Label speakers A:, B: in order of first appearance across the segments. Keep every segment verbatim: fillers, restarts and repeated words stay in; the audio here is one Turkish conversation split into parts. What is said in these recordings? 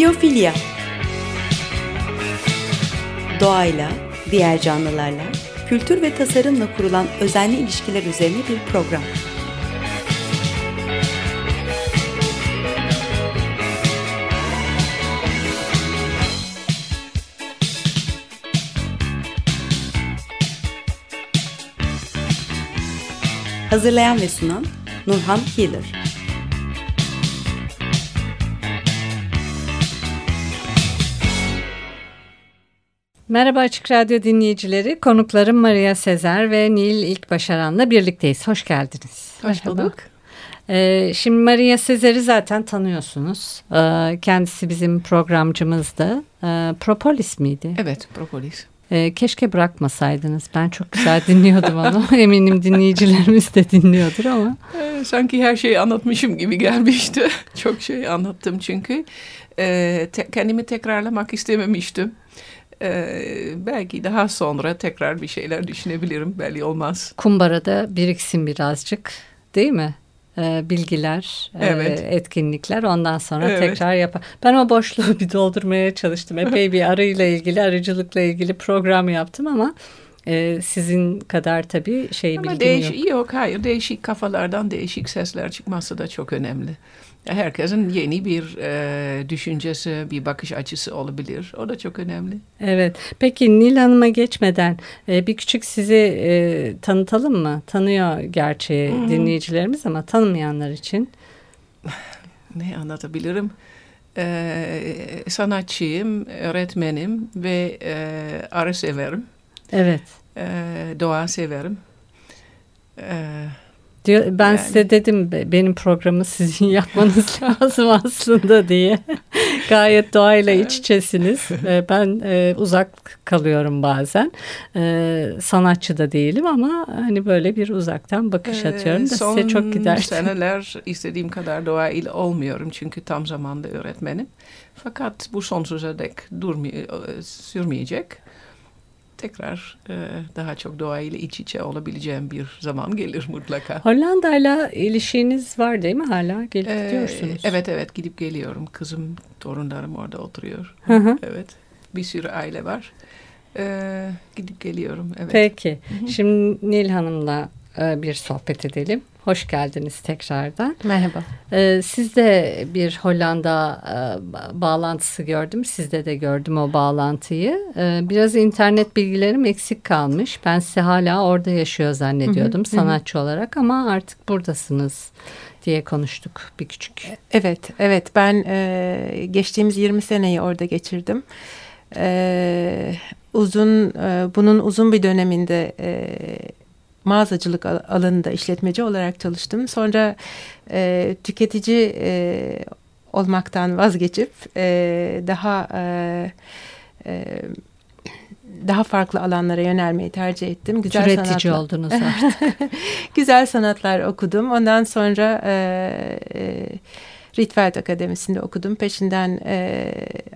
A: Biyofilya. Doğayla, diğer canlılarla, kültür ve tasarımla kurulan özenli ilişkiler üzerine bir program. Hazırlayan ve sunan Nurhan Healer.
B: Merhaba Açık Radyo dinleyicileri. Konuklarım Maria Sezer ve Nil İlkbaşaran'la birlikteyiz. Hoş geldiniz.
C: Hoş bulduk.
B: Ee, şimdi Maria Sezer'i zaten tanıyorsunuz. Ee, kendisi bizim programcımızdı. Ee, Propolis miydi?
C: Evet, Propolis.
B: Ee, keşke bırakmasaydınız. Ben çok güzel dinliyordum onu. Eminim dinleyicilerimiz de dinliyordur ama.
C: Ee, sanki her şeyi anlatmışım gibi gelmişti. Çok şey anlattım çünkü. Ee, te- kendimi tekrarlamak istememiştim. Ee, belki daha sonra tekrar bir şeyler düşünebilirim. Belli olmaz.
B: Kumbarada biriksin birazcık, değil mi? Ee, bilgiler,
C: evet.
B: e, etkinlikler, ondan sonra
C: evet.
B: tekrar yapar. Ben o boşluğu bir doldurmaya çalıştım. Epey bir arıyla ilgili, arıcılıkla ilgili program yaptım ama e, sizin kadar tabii şey
C: ama
B: bilgim
C: değiş-
B: yok.
C: Yok, hayır. Değişik kafalardan değişik sesler çıkması da çok önemli. Herkesin yeni bir e, düşüncesi, bir bakış açısı olabilir. O da çok önemli.
B: Evet. Peki Nil Hanım'a geçmeden e, bir küçük sizi e, tanıtalım mı? Tanıyor gerçi hmm. dinleyicilerimiz ama tanımayanlar için.
C: Ne anlatabilirim? Ee, sanatçıyım, öğretmenim ve e, arı severim.
B: Evet.
C: E, doğa severim. Evet.
B: Diyor, ben yani. Size dedim benim programı sizin yapmanız lazım aslında diye. Gayet doğayla iç içesiniz. Ben e, uzak kalıyorum bazen. E, sanatçı da değilim ama hani böyle bir uzaktan bakış atıyorum da
C: Son
B: size çok gider.
C: Son seneler istediğim kadar doğayla olmuyorum çünkü tam zamanlı öğretmenim. Fakat bu sonsuza dek durmay- sürmeyecek. Tekrar e, daha çok doğayla iç içe olabileceğim bir zaman gelir mutlaka.
B: Hollanda'yla ilişkiniz var değil mi hala? Gelip
C: ee,
B: gidiyorsunuz.
C: Evet evet gidip geliyorum. Kızım, torunlarım orada oturuyor.
B: Hı hı.
C: Evet. Bir sürü aile var. Ee, gidip geliyorum. Evet.
B: Peki.
C: Hı hı.
B: Şimdi Nil Hanım'la e, bir sohbet edelim. Hoş geldiniz tekrardan.
D: Merhaba.
B: Ee, sizde bir Hollanda e, bağlantısı gördüm. Sizde de gördüm o bağlantıyı. Ee, biraz internet bilgilerim eksik kalmış. Ben sizi hala orada yaşıyor zannediyordum hı hı, sanatçı hı. olarak ama artık buradasınız diye konuştuk bir küçük.
D: Evet, evet. Ben e, geçtiğimiz yirmi seneyi orada geçirdim. E, uzun, e, bunun uzun bir döneminde E, mağazacılık alanında işletmeci olarak çalıştım. Sonra e, tüketici e, olmaktan vazgeçip e, daha e, e, daha farklı alanlara yönelmeyi tercih ettim.
B: Güzel Türetici sanatlar. oldunuz artık.
D: Güzel sanatlar okudum. Ondan sonra e, e, Rietveld Akademisi'nde okudum. Peşinden e,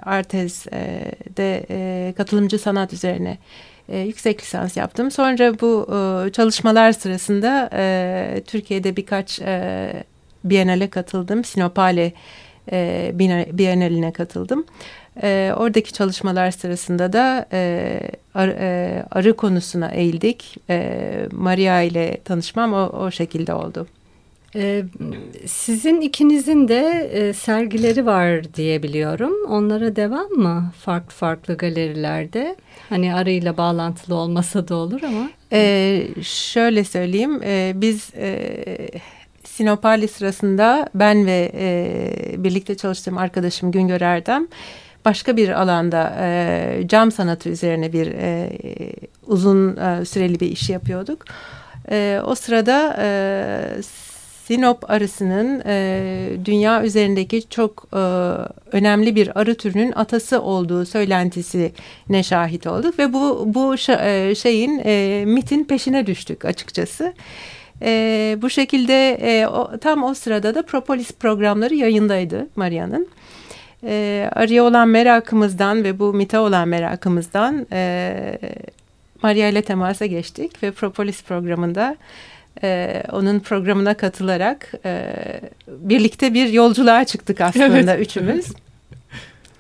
D: Artez'de e, katılımcı sanat üzerine E, yüksek lisans yaptım. Sonra bu e, çalışmalar sırasında e, Türkiye'de birkaç e, Biennale katıldım. Sinopale e, Biennaline katıldım. E, oradaki çalışmalar sırasında da e, ar, e, arı konusuna eğildik. E, Maria ile tanışmam o, o şekilde oldu.
B: Ee, sizin ikinizin de e, sergileri var diye biliyorum. Onlara devam mı? Farklı farklı galerilerde. Hani arıyla bağlantılı olmasa da olur ama.
D: Ee, şöyle söyleyeyim. E, biz e, Sinopali sırasında ben ve e, birlikte çalıştığım arkadaşım Güngör Erdem başka bir alanda e, cam sanatı üzerine bir e, uzun e, süreli bir iş yapıyorduk. E, o sırada e, Sinop arısının e, dünya üzerindeki çok e, önemli bir arı türünün atası olduğu söylentisine şahit olduk ve bu bu şa- e, şeyin e, mitin peşine düştük açıkçası. E, bu şekilde e, o, tam o sırada da Propolis programları yayındaydı Maria'nın. E, arıya olan merakımızdan ve bu mite olan merakımızdan e, Maria ile temasa geçtik ve Propolis programında Ee, onun programına katılarak e, birlikte bir yolculuğa çıktık aslında evet. üçümüz.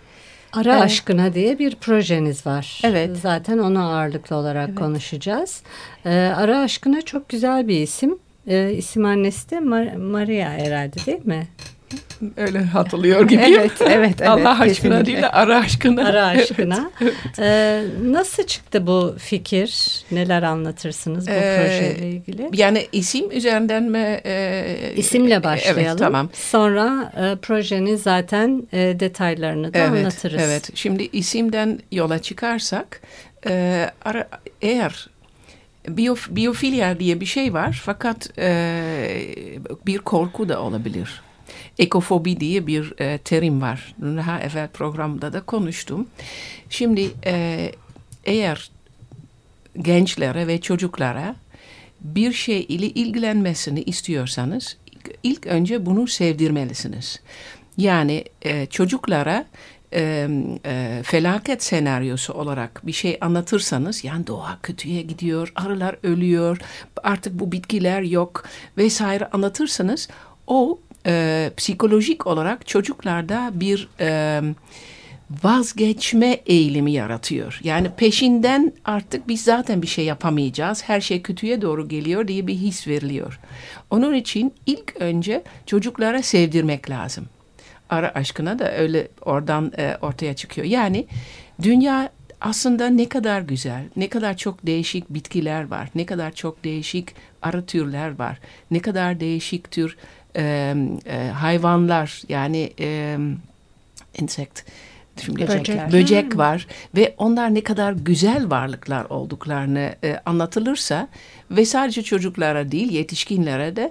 B: Ara
D: Evet.
B: Aşkına diye bir projeniz var.
D: Evet.
B: Zaten onu ağırlıklı olarak
D: Evet.
B: konuşacağız. Ee, Ara Aşkına çok güzel bir isim. Ee, isim annesi de Mar- Maria herhalde, değil mi?
C: Öyle hatırlıyor gibiyim.
D: Evet, evet, evet.
C: Allah aşkına
D: kesinlikle.
C: değil de ara aşkına.
B: Ara Aşkına. Ee, nasıl çıktı bu fikir? Neler anlatırsınız bu
C: Ee,
B: projeyle ilgili?
C: Yani isim üzerinden mi? E,
B: İsimle başlayalım.
C: Evet, tamam.
B: Sonra e, projenin zaten e, detaylarını da
C: Evet,
B: anlatırız.
C: evet. Şimdi isimden yola çıkarsak, e, ara, eğer biyof, biyofilya diye bir şey var, fakat e, bir korku da olabilir. Ekofobi diye bir e, terim var. Daha evvel programda da konuştum. Şimdi e, eğer gençlere ve çocuklara bir şey ile ilgilenmesini istiyorsanız ilk önce bunu sevdirmelisiniz. Yani e, çocuklara e, e, felaket senaryosu olarak bir şey anlatırsanız, yani doğa kötüye gidiyor, arılar ölüyor, artık bu bitkiler yok vesaire anlatırsanız, o e, psikolojik olarak çocuklarda bir e, vazgeçme eğilimi yaratıyor. Yani peşinden artık biz zaten bir şey yapamayacağız, her şey kötüye doğru geliyor diye bir his veriliyor. Onun için ilk önce çocuklara sevdirmek lazım. Ara Aşkına da öyle oradan e, ortaya çıkıyor. Yani dünya aslında ne kadar güzel, ne kadar çok değişik bitkiler var, ne kadar çok değişik arı türler var, ne kadar değişik tür e, e, hayvanlar, yani e, insekt, şimdi
D: Böcekler.
C: böcek var ve onlar ne kadar güzel varlıklar olduklarını e, anlatılırsa ve sadece çocuklara değil, yetişkinlere de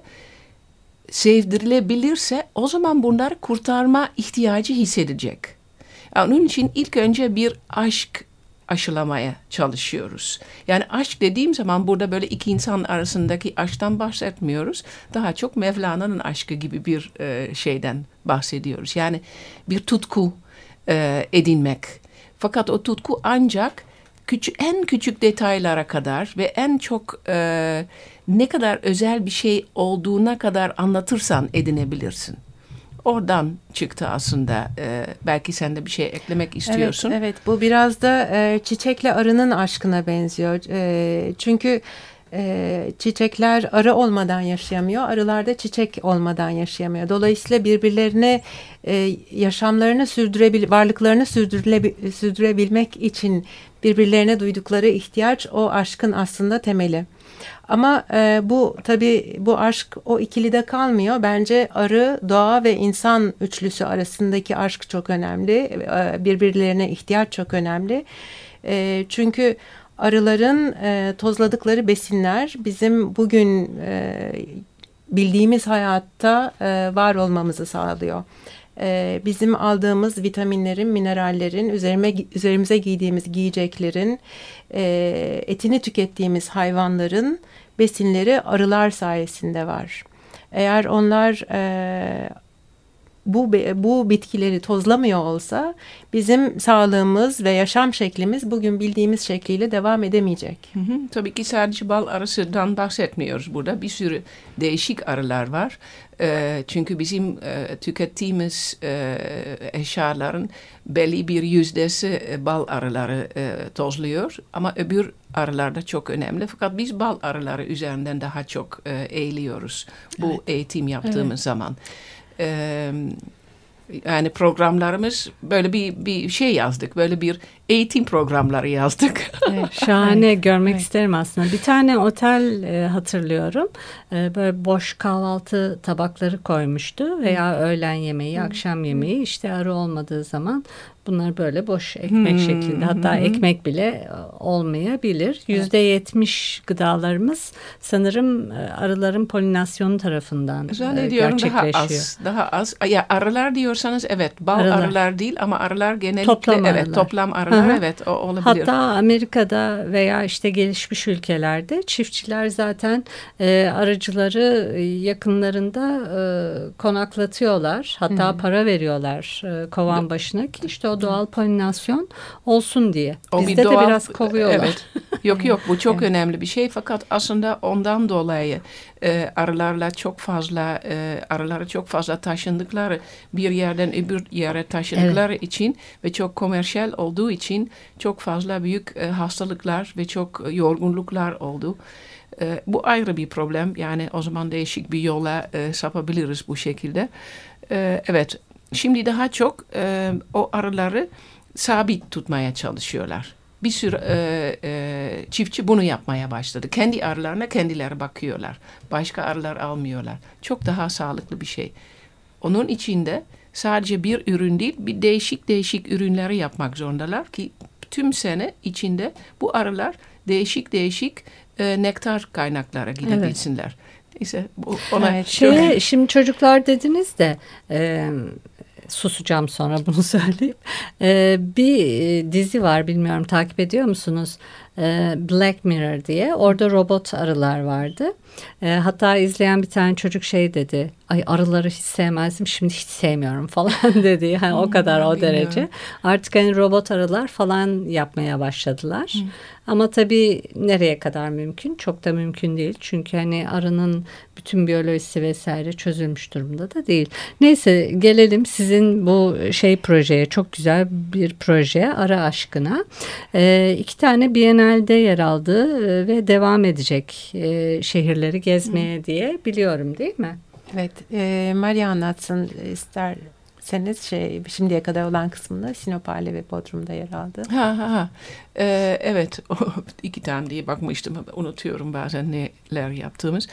C: sevdirilebilirse, o zaman bunları kurtarma ihtiyacı hissedecek. Onun için ilk önce bir aşk aşılamaya çalışıyoruz. Yani aşk dediğim zaman burada böyle iki insan arasındaki aşktan bahsetmiyoruz. Daha çok Mevlana'nın aşkı gibi bir e, şeyden bahsediyoruz. Yani bir tutku e, edinmek. Fakat o tutku ancak küçük, en küçük detaylara kadar ve en çok e, ne kadar özel bir şey olduğuna kadar anlatırsan edinebilirsin. Oradan çıktı aslında. Ee, belki sen de bir şey eklemek istiyorsun.
D: Evet, evet. Bu biraz da e, çiçekle arının aşkına benziyor. E, çünkü e, çiçekler arı olmadan yaşayamıyor. Arılar da çiçek olmadan yaşayamıyor. Dolayısıyla birbirlerine e, yaşamlarını sürdürebil, varlıklarını sürdürebil, sürdürebilmek için birbirlerine duydukları ihtiyaç o aşkın aslında temeli. Ama e, bu tabii bu aşk o ikilide kalmıyor. Bence arı, doğa ve insan üçlüsü arasındaki aşk çok önemli. E, birbirlerine ihtiyaç çok önemli. E, çünkü arıların e, tozladıkları besinler bizim bugün e, bildiğimiz hayatta e, var olmamızı sağlıyor. E, bizim aldığımız vitaminlerin, minerallerin, üzerime, üzerimize giydiğimiz giyeceklerin, e, etini tükettiğimiz hayvanların besinleri arılar sayesinde var. Eğer onlar e, bu bu bitkileri tozlamıyor olsa bizim sağlığımız ve yaşam şeklimiz bugün bildiğimiz şekliyle devam edemeyecek.
C: Hı hı. Tabii ki sadece bal arısından bahsetmiyoruz burada. Bir sürü değişik arılar var. E, çünkü bizim e, tükettiğimiz e, eşyaların belli bir yüzdesi e, bal arıları e, tozluyor. Ama öbür arılar da çok önemli. Fakat biz bal arıları üzerinden daha çok e, eğiliyoruz bu evet. eğitim yaptığımız evet. zaman. Ee, yani programlarımız böyle bir bir şey yazdık, böyle bir eğitim programları yazdık.
B: Evet, şahane
D: evet.
B: görmek
D: evet.
B: isterim aslında. Bir tane otel e, hatırlıyorum. E, böyle boş kahvaltı tabakları koymuştu veya hmm. öğlen yemeği, hmm. akşam yemeği. İşte arı olmadığı zaman bunlar böyle boş ekmek hmm. şeklinde. Hatta hmm. ekmek bile olmayabilir. Yüzde yetmiş gıdalarımız sanırım arıların polinasyonu tarafından
C: zannediyorum
B: gerçekleşiyor.
C: Daha az, daha az. Ya arılar diyorsanız evet, bal arılar, arılar değil ama arılar genellikle
B: toplam
C: evet
B: arılar.
C: toplam arılar. Evet, o olabilir.
B: Hatta Amerika'da veya işte gelişmiş ülkelerde çiftçiler zaten e, arıcıları yakınlarında e, konaklatıyorlar. Hatta hmm. para veriyorlar e, kovan başına ki işte o o doğal polinasyon olsun diye.
C: O
B: Bizde
C: doğal,
B: de biraz kovuyorlar.
C: Evet. Yok yok bu çok
B: Evet.
C: önemli bir şey fakat aslında ondan dolayı e, arılarla çok fazla e, arıları çok fazla taşındıkları bir yerden öbür yere taşındıkları evet. için ve çok komersiyel olduğu için çok fazla büyük e, hastalıklar ve çok e, yorgunluklar oldu. E, bu ayrı bir problem. Yani o zaman değişik bir yola e, sapabiliriz bu şekilde. E, evet. Şimdi daha çok e, o arıları sabit tutmaya çalışıyorlar. Bir sürü e, e, çiftçi bunu yapmaya başladı. Kendi arılarına kendileri bakıyorlar. Başka arılar almıyorlar. Çok daha sağlıklı bir şey. Onun içinde sadece bir ürün değil, bir değişik değişik ürünleri yapmak zorundalar ki tüm sene içinde bu arılar değişik değişik e, nektar kaynaklara gidebilsinler. Evet. Neyse ona
B: evet, şeye, şimdi çocuklar dediniz de e, susacağım sonra bunu söyleyip e, bir dizi var, bilmiyorum takip ediyor musunuz? E, Black Mirror diye, orada robot arılar vardı. E, hatta izleyen bir tane çocuk şey dedi, ay arıları hiç sevmezdim, şimdi hiç sevmiyorum falan dedi. Yani o kadar o derece. Artık hani robot arılar falan yapmaya başladılar. Hmm. Ama tabii nereye kadar mümkün? Çok da mümkün değil. Çünkü hani arının bütün biyolojisi vesaire çözülmüş durumda da değil. Neyse gelelim sizin bu şey projeye, çok güzel bir proje, Arı Aşkına. E, iki tane Biennale'de yer aldı ve devam edecek e, şehirleri gezmeye hmm. diye biliyorum, değil mi?
D: Evet, e, Maria anlatsın isterseniz şey şimdiye kadar olan kısmında Sinopale ve Bodrum'da yer aldı.
C: Ha ha ha. Ee, evet, iki tane diye bakmıştım, unutuyorum bazen neler yaptığımız.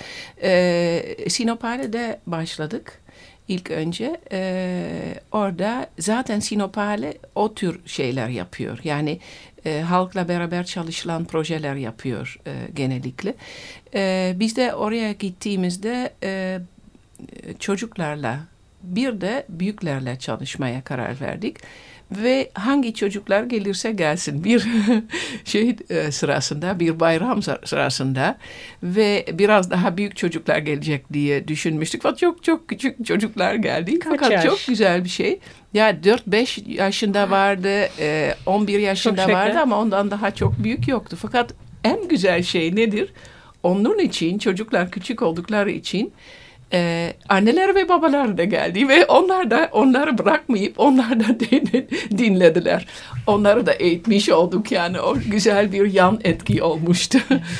C: Ee, Sinopale'de başladık. İlk önce e, orada zaten Sinopale o tür şeyler yapıyor. Yani e, halkla beraber çalışılan projeler yapıyor e, genellikle. E, biz de oraya gittiğimizde e, çocuklarla bir de büyüklerle çalışmaya karar verdik. Ve hangi çocuklar gelirse gelsin bir şey sırasında, bir bayram sırasında ve biraz daha büyük çocuklar gelecek diye düşünmüştük. Fakat çok çok küçük çocuklar geldi.
B: Kaç
C: Fakat
B: yaş?
C: çok güzel bir şey. Ya dört beş yaşında vardı, on bir yaşında vardı ama ondan daha çok büyük yoktu. Fakat en güzel şey nedir? Onun için, çocuklar küçük oldukları için Ee, anneler ve babalar da geldi ve onlar da onları bırakmayıp onlar da dinlediler. Onları da eğitmiş olduk, yani o güzel bir yan etki olmuştu.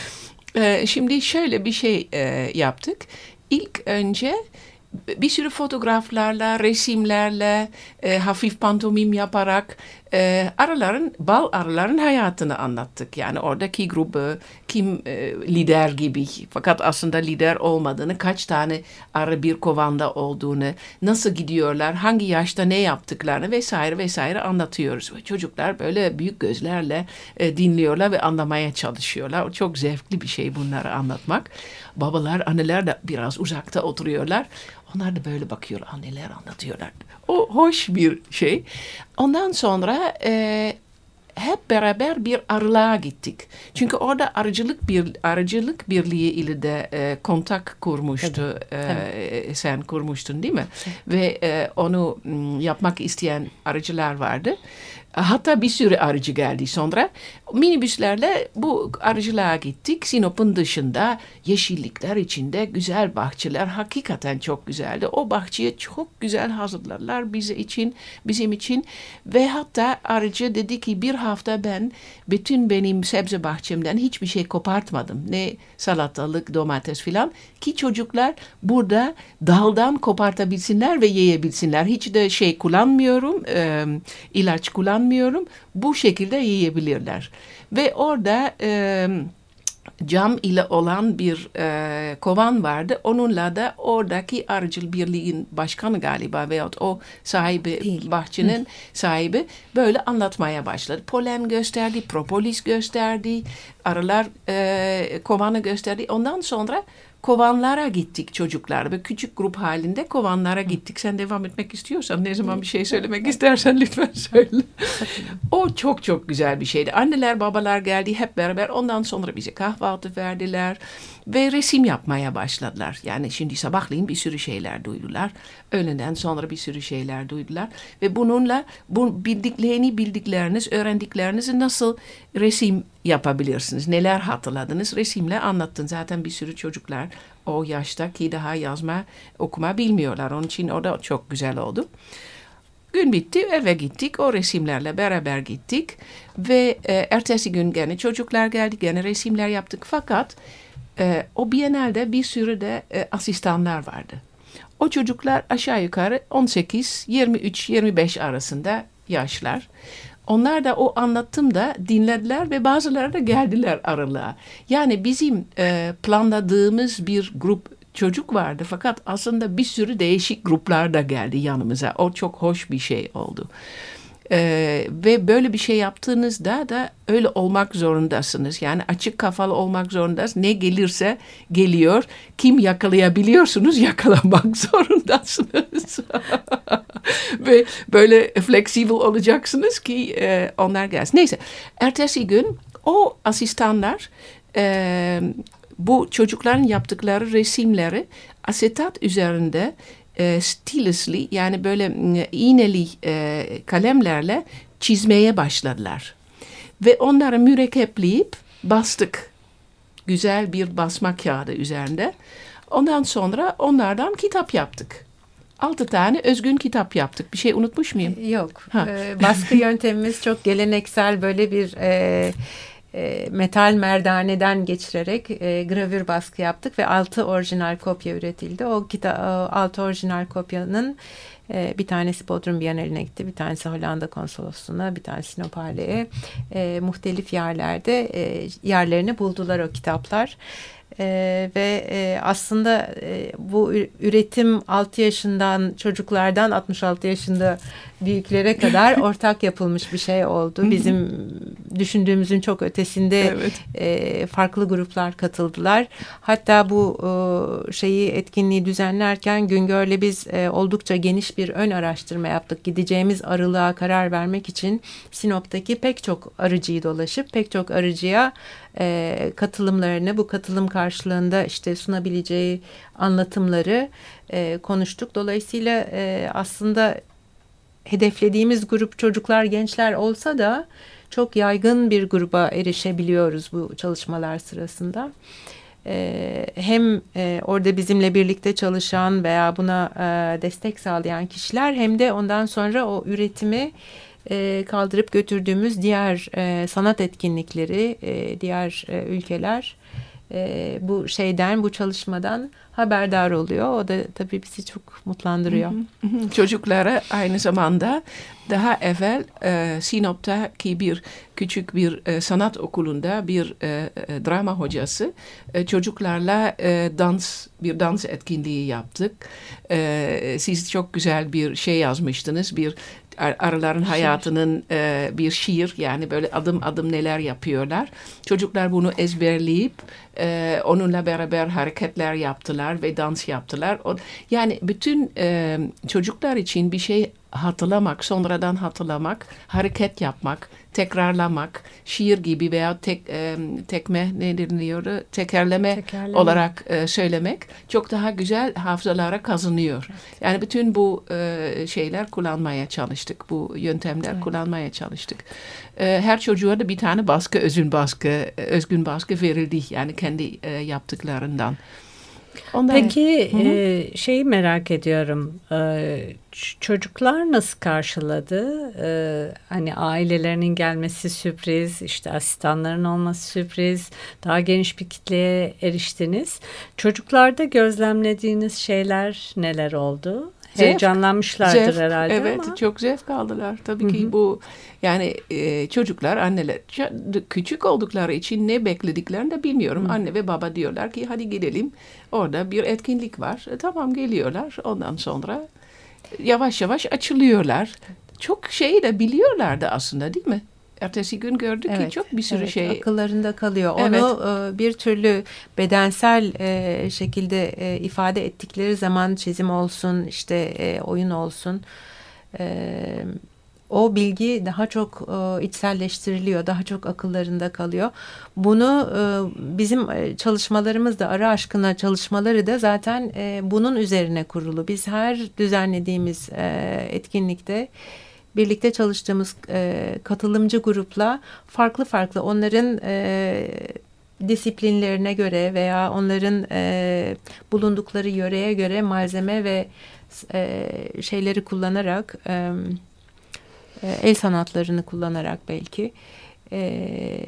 C: ee, şimdi şöyle bir şey e, yaptık. İlk önce bir sürü fotoğraflarla, resimlerle, e, hafif pantomim yaparak e, arıların, bal arıların hayatını anlattık. Yani oradaki grubu, kim e, lider gibi, fakat aslında lider olmadığını, kaç tane arı bir kovanda olduğunu, nasıl gidiyorlar, hangi yaşta ne yaptıklarını vesaire vesaire anlatıyoruz. Ve çocuklar böyle büyük gözlerle e, dinliyorlar ve anlamaya çalışıyorlar. Çok zevkli bir şey bunları anlatmak. Babalar, anneler de biraz uzakta oturuyorlar. Onlar da böyle bakıyorlar, anneler anlatıyorlar. O hoş bir şey. Ondan sonra e, hep beraber bir arılığa gittik. Çünkü orada arıcılık bir arıcılık birliği ile de e, kontak kurmuştu. E, evet. Sen kurmuştun değil mi? Evet. Ve e, onu m, yapmak isteyen arıcılar vardı. Hatta bir sürü arıcı geldi sonra. Minibüslerle bu arıcılığa gittik. Sinop'un dışında yeşillikler içinde güzel bahçeler, hakikaten çok güzeldi. O bahçeyi çok güzel hazırlarlar bize için, bizim için. Ve hatta arıcı dedi ki bir hafta ben bütün benim sebze bahçemden hiçbir şey kopartmadım. Ne salatalık, domates filan. Ki çocuklar burada daldan kopartabilsinler ve yiyebilsinler. Hiç de şey kullanmıyorum, e, ilaç kullanmıyorum. Bu şekilde yiyebilirler. Ve orada e, cam ile olan bir e, kovan vardı. Onunla da oradaki arıcıl birliğin başkanı galiba veyahut o sahibi, değil, bahçenin Hı. sahibi böyle anlatmaya başladı. Polen gösterdi, propolis gösterdi, arılar e, kovanı gösterdi. Ondan sonra kovanlara gittik çocuklar. Ve küçük grup halinde kovanlara gittik. Sen devam etmek istiyorsan, ne zaman bir şey söylemek istersen lütfen söyle. O çok çok güzel bir şeydi. Anneler babalar geldi hep beraber. Ondan sonra bize kahvaltı verdiler. Ve resim yapmaya başladılar. Yani şimdi sabahleyin bir sürü şeyler duydular. Öğleden sonra bir sürü şeyler duydular. Ve bununla bu bildiklerini, bildikleriniz, öğrendiklerinizi nasıl resim yapabilirsiniz? Neler hatırladınız? Resimle anlattın. Zaten bir sürü çocuklar o yaşta ki daha yazma, okuma bilmiyorlar. Onun için o da çok güzel oldu. Gün bitti, eve gittik. O resimlerle beraber gittik. Ve e, ertesi gün gene çocuklar geldi. Gene resimler yaptık. Fakat e, o Biennale'de bir sürü de e, asistanlar vardı. O çocuklar aşağı yukarı on sekiz yirmi üç yirmi beş arasında yaşlar. Onlar da o anlattığımda dinlediler ve bazıları da geldiler aralığa. Yani bizim e, planladığımız bir grup çocuk vardı. Fakat aslında bir sürü değişik gruplar da geldi yanımıza. O çok hoş bir şey oldu. Ee, ve böyle bir şey yaptığınızda da öyle olmak zorundasınız. Yani açık kafalı olmak zorundasınız. Ne gelirse geliyor. Kim yakalayabiliyorsunuz, yakalamak zorundasınız. Ve böyle flexible olacaksınız ki e, onlar gelsin. Neyse, ertesi gün o asistanlar e, bu çocukların yaptıkları resimleri asetat üzerinde e, stilisli, yani böyle e, iğneli e, kalemlerle çizmeye başladılar. Ve onları mürekkepleyip bastık. Güzel bir basma kağıdı üzerinde. Ondan sonra onlardan kitap yaptık. Altı tane özgün kitap yaptık. Bir şey unutmuş muyum?
D: Yok. Ee, baskı yöntemimiz çok geleneksel, böyle bir e, e, metal merdaneden geçirerek e, gravür baskı yaptık ve altı orijinal kopya üretildi. O kita- altı orijinal kopyanın e, bir tanesi Bodrum Bienali'ne gitti, bir tanesi Hollanda Konsolosluğu'na, bir tanesi Sinopali'ye. E, muhtelif yerlerde e, yerlerini buldular o kitaplar. Ee, ve e, aslında e, bu üretim altı yaşından çocuklardan altmış altı yaşında büyüklere kadar ortak yapılmış bir şey oldu. Bizim düşündüğümüzün çok ötesinde
C: evet.
D: e, farklı gruplar katıldılar. Hatta bu e, şeyi etkinliği düzenlerken Güngör'le biz e, oldukça geniş bir ön araştırma yaptık. Gideceğimiz arılığa karar vermek için Sinop'taki pek çok arıcıyı dolaşıp pek çok arıcıya e, katılımlarını, bu katılım karşılığında işte sunabileceği anlatımları e, konuştuk. Dolayısıyla e, aslında hedeflediğimiz grup çocuklar, gençler olsa da çok yaygın bir gruba erişebiliyoruz bu çalışmalar sırasında. Ee, hem e, orada bizimle birlikte çalışan veya buna e, destek sağlayan kişiler, hem de ondan sonra o üretimi e, kaldırıp götürdüğümüz diğer e, sanat etkinlikleri, e, diğer e, ülkeler e, bu şeyden, bu çalışmadan haberdar oluyor. O da tabii bizi çok mutlandırıyor.
C: Hı hı. Çocuklara aynı zamanda daha evvel e, Sinop'taki bir küçük bir e, sanat okulunda bir e, e, drama hocası e, çocuklarla e, dans bir dans etkinliği yaptık. E, siz çok güzel bir şey yazmıştınız, bir arıların hayatının e, bir şiir, yani böyle adım adım neler yapıyorlar. Çocuklar bunu ezberleyip e, onunla beraber hareketler yaptılar ve dans yaptılar. O, yani bütün e, çocuklar için bir şey hatırlamak, sonradan hatırlamak, hareket yapmak, tekrarlamak, şiir gibi veya tek, e, tekme ne deniliyordu? Tekerleme, Tekerleme. olarak e, söylemek çok daha güzel hafızalara kazanıyor. Evet. Yani bütün bu e, şeyler kullanmaya çalıştık. Bu yöntemler evet. kullanmaya çalıştık. E, her çocuğa da bir tane baskı, özgün baskı, özgün baskı verildi. Yani kendi e, yaptıklarından.
B: Ondan, Peki e, şeyi merak ediyorum. E, çocuklar nasıl karşıladı? E, hani ailelerinin gelmesi sürpriz, işte asistanların olması sürpriz. Daha geniş bir kitleye eriştiniz. Çocuklarda gözlemlediğiniz şeyler neler oldu? Zevk, Heyecanlanmışlardır
C: zevk,
B: herhalde
C: evet,
B: ama.
C: Çok zevk aldılar. Tabii ki
B: Hı-hı.
C: bu yani e, çocuklar, anneler küçük oldukları için ne beklediklerini de bilmiyorum. Hı. Anne ve baba diyorlar ki hadi gidelim. Orada bir etkinlik var. E, tamam geliyorlar. Ondan sonra yavaş yavaş açılıyorlar. Çok şeyi de biliyorlardı aslında, değil mi? ertesi gün gördük
D: evet,
C: ki çok bir sürü
D: evet,
C: şey
D: akıllarında kalıyor. Onu evet. bir türlü bedensel şekilde ifade ettikleri zaman çizim olsun, işte oyun olsun, o bilgi daha çok içselleştiriliyor, daha çok akıllarında kalıyor. Bunu bizim çalışmalarımız da, Arı Aşkına çalışmaları da zaten bunun üzerine kurulu. Biz her düzenlediğimiz etkinlikte birlikte çalıştığımız e, katılımcı grupla farklı farklı onların e, disiplinlerine göre veya onların e, bulundukları yöreye göre malzeme ve e, şeyleri kullanarak, e, el sanatlarını kullanarak belki e,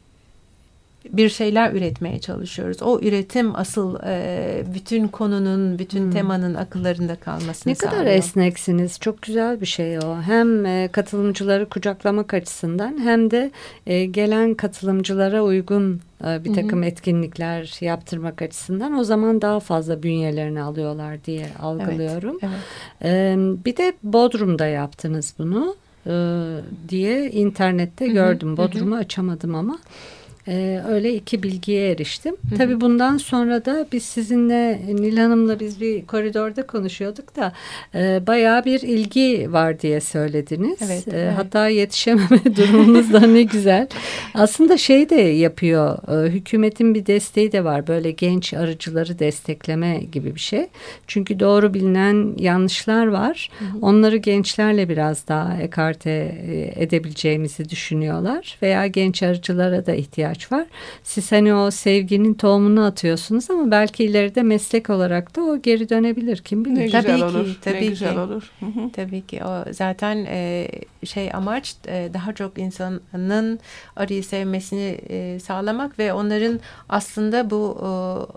D: bir şeyler üretmeye çalışıyoruz. O üretim asıl e, bütün konunun, bütün hmm. temanın akıllarında kalmasını
B: ne
D: sağlıyor.
B: Ne kadar esneksiniz. Çok güzel bir şey o. Hem e, katılımcıları kucaklamak açısından hem de e, gelen katılımcılara uygun e, bir takım Hı-hı. etkinlikler yaptırmak açısından o zaman daha fazla bünyelerini alıyorlar diye algılıyorum. Evet, evet. E, bir de Bodrum'da yaptınız bunu e, diye internette Hı-hı. gördüm. Bodrum'u Hı-hı. açamadım ama. Ee, öyle iki bilgiye eriştim. Hı hı. Tabii bundan sonra da biz sizinle, Nil Hanım'la biz bir koridorda konuşuyorduk da e, bayağı bir ilgi var diye söylediniz. Evet, e, evet. Hatta yetişememe durumunuz da ne güzel. Aslında şey de yapıyor, e, hükümetin bir desteği de var. Böyle genç arıcıları destekleme gibi bir şey. Çünkü doğru bilinen yanlışlar var. Hı hı. Onları gençlerle biraz daha ekarte edebileceğimizi düşünüyorlar. Veya genç arıcılara da ihtiyaç var. Siz hani o sevginin tohumunu atıyorsunuz ama belki ileride meslek olarak da o geri dönebilir. Kim bilir?
C: Ne
D: tabii
C: güzel
D: ki,
C: olur.
D: tabii
C: ne
D: ki.
C: güzel olur. Hı hı.
D: Tabii ki. O zaten e, şey amaç e, daha çok insanın arıyı sevmesini e, sağlamak ve onların aslında bu e,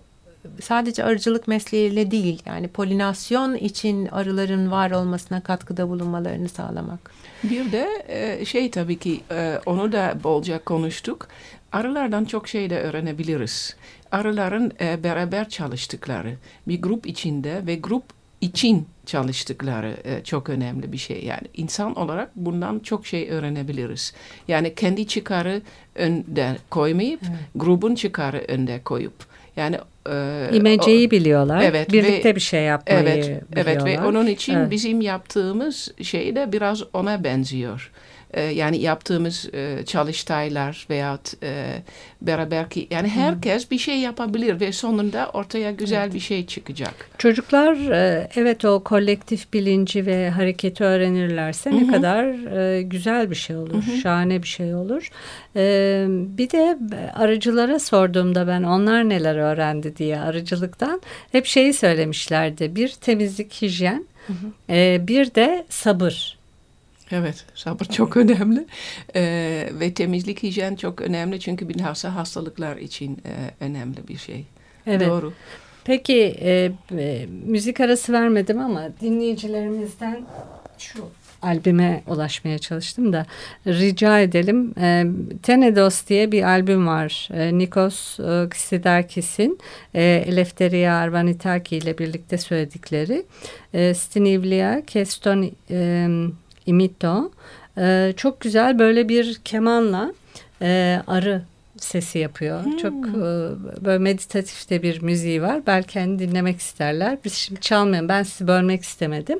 D: sadece arıcılık mesleğiyle değil, yani polinasyon için arıların var olmasına katkıda bulunmalarını sağlamak.
C: Bir de şey tabii ki onu da bolca konuştuk. Arılardan çok şey de öğrenebiliriz. Arıların beraber çalıştıkları, bir grup içinde ve grup için çalıştıkları çok önemli bir şey. Yani insan olarak bundan çok şey öğrenebiliriz. Yani kendi çıkarı önde koymayıp, evet. grubun çıkarı önde koyup. Yani
B: e, İmeceyi o, biliyorlar. Evet, birlikte ve, bir şey yapmayı
C: evet,
B: biliyorlar.
C: Evet ve onun için evet. bizim yaptığımız şey de biraz ona benziyor. E, yani yaptığımız e, çalıştaylar veya e, beraber ki yani herkes hmm. bir şey yapabilir ve sonunda ortaya güzel evet. bir şey çıkacak.
B: Çocuklar e, evet o kolektif bilinci ve hareketi öğrenirlerse Hı-hı. ne kadar e, güzel bir şey olur. Hı-hı. Şahane bir şey olur. E, bir de arıcılara sorduğumda ben onlar neler öğrendi diye arıcılıktan hep şeyi söylemişlerdi. Bir temizlik, hijyen, e, bir de sabır.
C: Evet, sabır çok önemli ee, ve temizlik, hijyen çok önemli çünkü bilhassa hastalıklar için e, önemli bir şey.
B: Evet.
C: Doğru.
B: Peki e, e, müzik arası vermedim ama dinleyicilerimizden şu albüme ulaşmaya çalıştım da rica edelim. E, Tenedos diye bir albüm var. E, Nikos e, Ksidakis'in e, Eleftheria Arvanitaki ile birlikte söyledikleri e, Stinivlia Keston e, Imito. Ee, çok güzel böyle bir kemanla e, arı sesi yapıyor. Hmm. Çok e, böyle meditatif de bir müziği var. Belki hani dinlemek isterler. Biz şimdi çalmayalım. Ben sizi bölmek istemedim.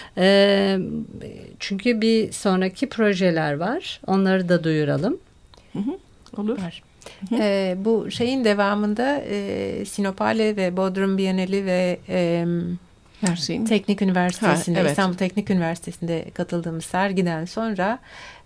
B: E, çünkü bir sonraki projeler var. Onları da duyuralım.
C: Hı hı. Olur.
D: Var. Hı hı. E, bu şeyin devamında e, Sinopale ve Bodrum Bienali ve e,
C: Mersin.
D: Teknik Üniversitesi'nde,
C: ha, evet.
D: İstanbul Teknik Üniversitesi'nde katıldığımız sergiden sonra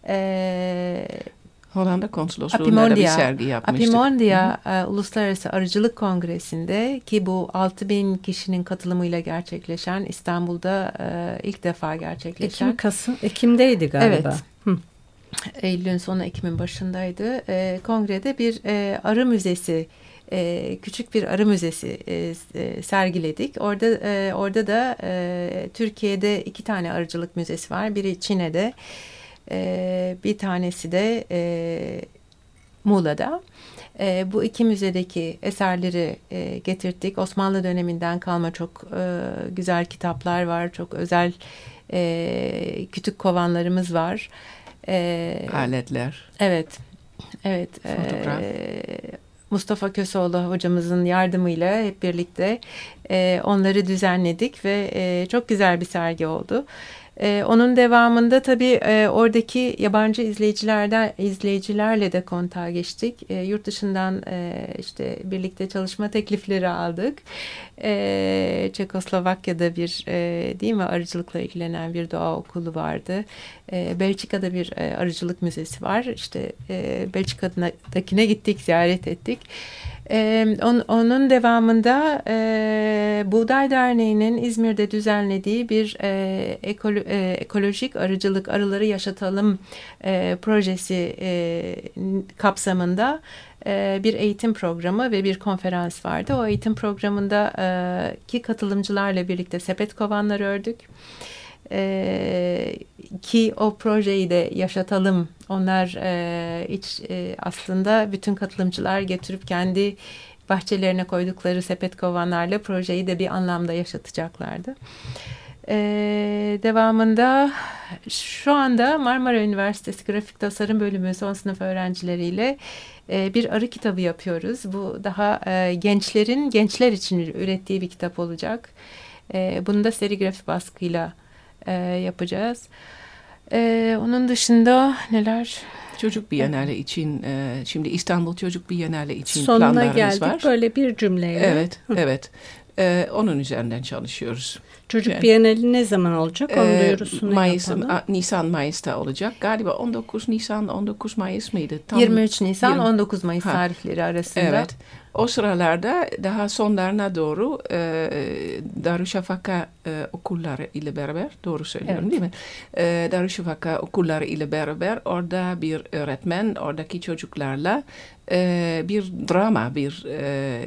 D: e,
C: Hollanda Konsolosluğu'nda da bir sergi yapmıştık.
D: Apimondia e, Uluslararası Arıcılık Kongresi'nde ki bu altı bin kişinin katılımıyla gerçekleşen İstanbul'da e, ilk defa gerçekleşen.
B: Ekim, Kasım, Ekim'deydi galiba.
D: Evet. Hı. Eylül'ün sonu Ekim'in başındaydı. E, kongrede bir e, arı müzesi Ee, küçük bir arı müzesi e, e, sergiledik. Orada e, orada da e, Türkiye'de iki tane arıcılık müzesi var. Biri Çin'de, e, bir tanesi de e, Muğla'da. E, bu iki müzedeki eserleri e, getirttik. Osmanlı döneminden kalma çok e, güzel kitaplar var. Çok özel e, kütük kovanlarımız var. E,
C: Aletler.
D: Evet. Evet.
C: Fotoğraf.
D: E, Mustafa Köseoğlu hocamızın yardımıyla hep birlikte e, onları düzenledik ve e, çok güzel bir sergi oldu. E, onun devamında tabii e, oradaki yabancı izleyicilerden izleyicilerle de kontağa geçtik. E, yurt dışından e, işte birlikte çalışma teklifleri aldık. E, Çekoslovakya'da bir e, değil mi arıcılıkla ilgilenen bir doğa okulu vardı. E, Belçika'da bir e, arıcılık müzesi var. İşte e, Belçika'dakine gittik, ziyaret ettik. Ee, on, onun devamında e, Buğday Derneği'nin İzmir'de düzenlediği bir e, ekolo, e, ekolojik arıcılık arıları yaşatalım e, projesi e, kapsamında e, bir eğitim programı ve bir konferans vardı. O eğitim programında e, ki katılımcılarla birlikte sepet kovanları ördük. Ee, ki o projeyi de yaşatalım. Onlar e, hiç e, aslında bütün katılımcılar getirip kendi bahçelerine koydukları sepet kovanlarla projeyi de bir anlamda yaşatacaklardı. Ee, devamında şu anda Marmara Üniversitesi Grafik Tasarım Bölümü son sınıf öğrencileriyle e, bir arı kitabı yapıyoruz. Bu daha e, gençlerin gençler için ürettiği bir kitap olacak. E, bunu da serigrafi baskıyla E, yapacağız. E, onun dışında neler?
C: Çocuk Bienali için e, şimdi İstanbul Çocuk Bienali için
B: sonuna
C: planlarımız
B: geldik
C: var.
B: Böyle bir cümleyle.
C: Evet, evet. E, onun üzerinden çalışıyoruz.
B: Çocuk
C: yani,
B: Bienali ne zaman olacak? Onun
C: e,
B: duyurusunu
C: Mayıs,
B: yapalım.
C: a, Nisan Mayıs'ta olacak. Galiba on dokuz Nisan on dokuz Mayıs mıydı? Tam
D: yirmi üç Nisan
C: yirmi
D: on dokuz Mayıs
C: ha.
D: tarihleri arasında.
C: Evet. O sıralarda daha sonlarına doğru e, Darüşşafaka e, okulları ile beraber, doğru söylüyorum
D: evet.
C: değil mi? E, Darüşşafaka okulları ile beraber orada bir öğretmen oradaki çocuklarla e, bir drama, bir e,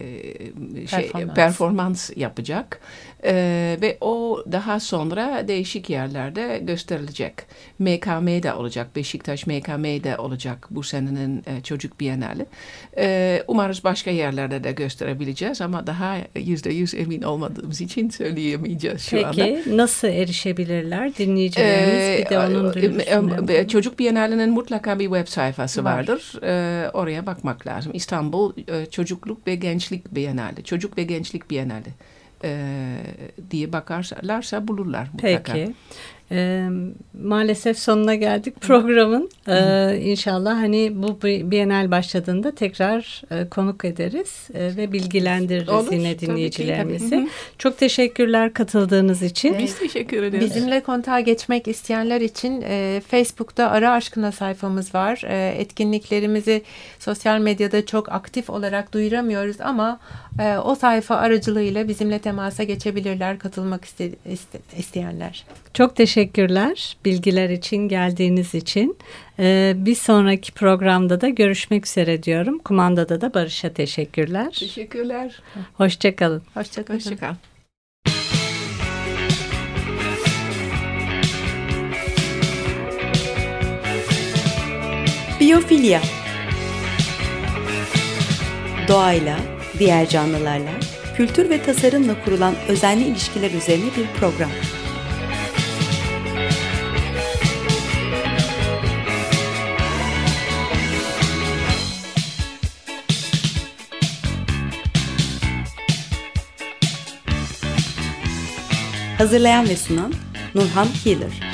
C: şey,
D: performans.
C: performans yapacak. E, ve o daha sonra değişik yerlerde gösterilecek. M K M'de olacak, Beşiktaş M K M'de olacak bu senenin e, Çocuk Bienali. E, umarız başka yerlerde de gösterebileceğiz ama daha yüzde yüz emin olmadığımız için söyleyemeyeceğiz şu
B: Peki,
C: anda.
B: Peki nasıl erişebilirler dinleyicilerimiz?
C: Ee,
B: bir de onun duyurusunu
C: e, Çocuk Bienali'nin mutlaka bir web sayfası
D: Var.
C: vardır. Ee, oraya bakmak lazım. İstanbul e, Çocukluk ve Gençlik Bienali. Çocuk ve Gençlik Bienali e, diye bakarlarsa bulurlar mutlaka.
B: Peki. Ee, maalesef sonuna geldik programın. Ee, İnşallah hani bu Bienal başladığında tekrar e, konuk ederiz e, ve bilgilendiririz
C: Olur,
B: yine
C: tabii
B: dinleyicilerimizi.
C: ki, tabii.
B: Çok teşekkürler katıldığınız için.
C: Biz teşekkür ederiz.
D: Bizimle kontağa geçmek isteyenler için e, Facebook'ta Arı Aşkına sayfamız var. E, etkinliklerimizi sosyal medyada çok aktif olarak duyuramıyoruz ama e, o sayfa aracılığıyla bizimle temasa geçebilirler, katılmak iste, iste, isteyenler.
B: Çok teşekkürler bilgiler için, geldiğiniz için. Ee, bir sonraki programda da görüşmek üzere diyorum. Kumandada da Barış'a teşekkürler.
C: Teşekkürler.
B: Hoşçakalın.
D: Hoşçakalın.
C: Hoşçakal.
A: Biyofilya. Doğayla, diğer canlılarla, kültür ve tasarımla kurulan özenli ilişkiler üzerine bir program. Hazırlayan ve sunan Nurhan Healer.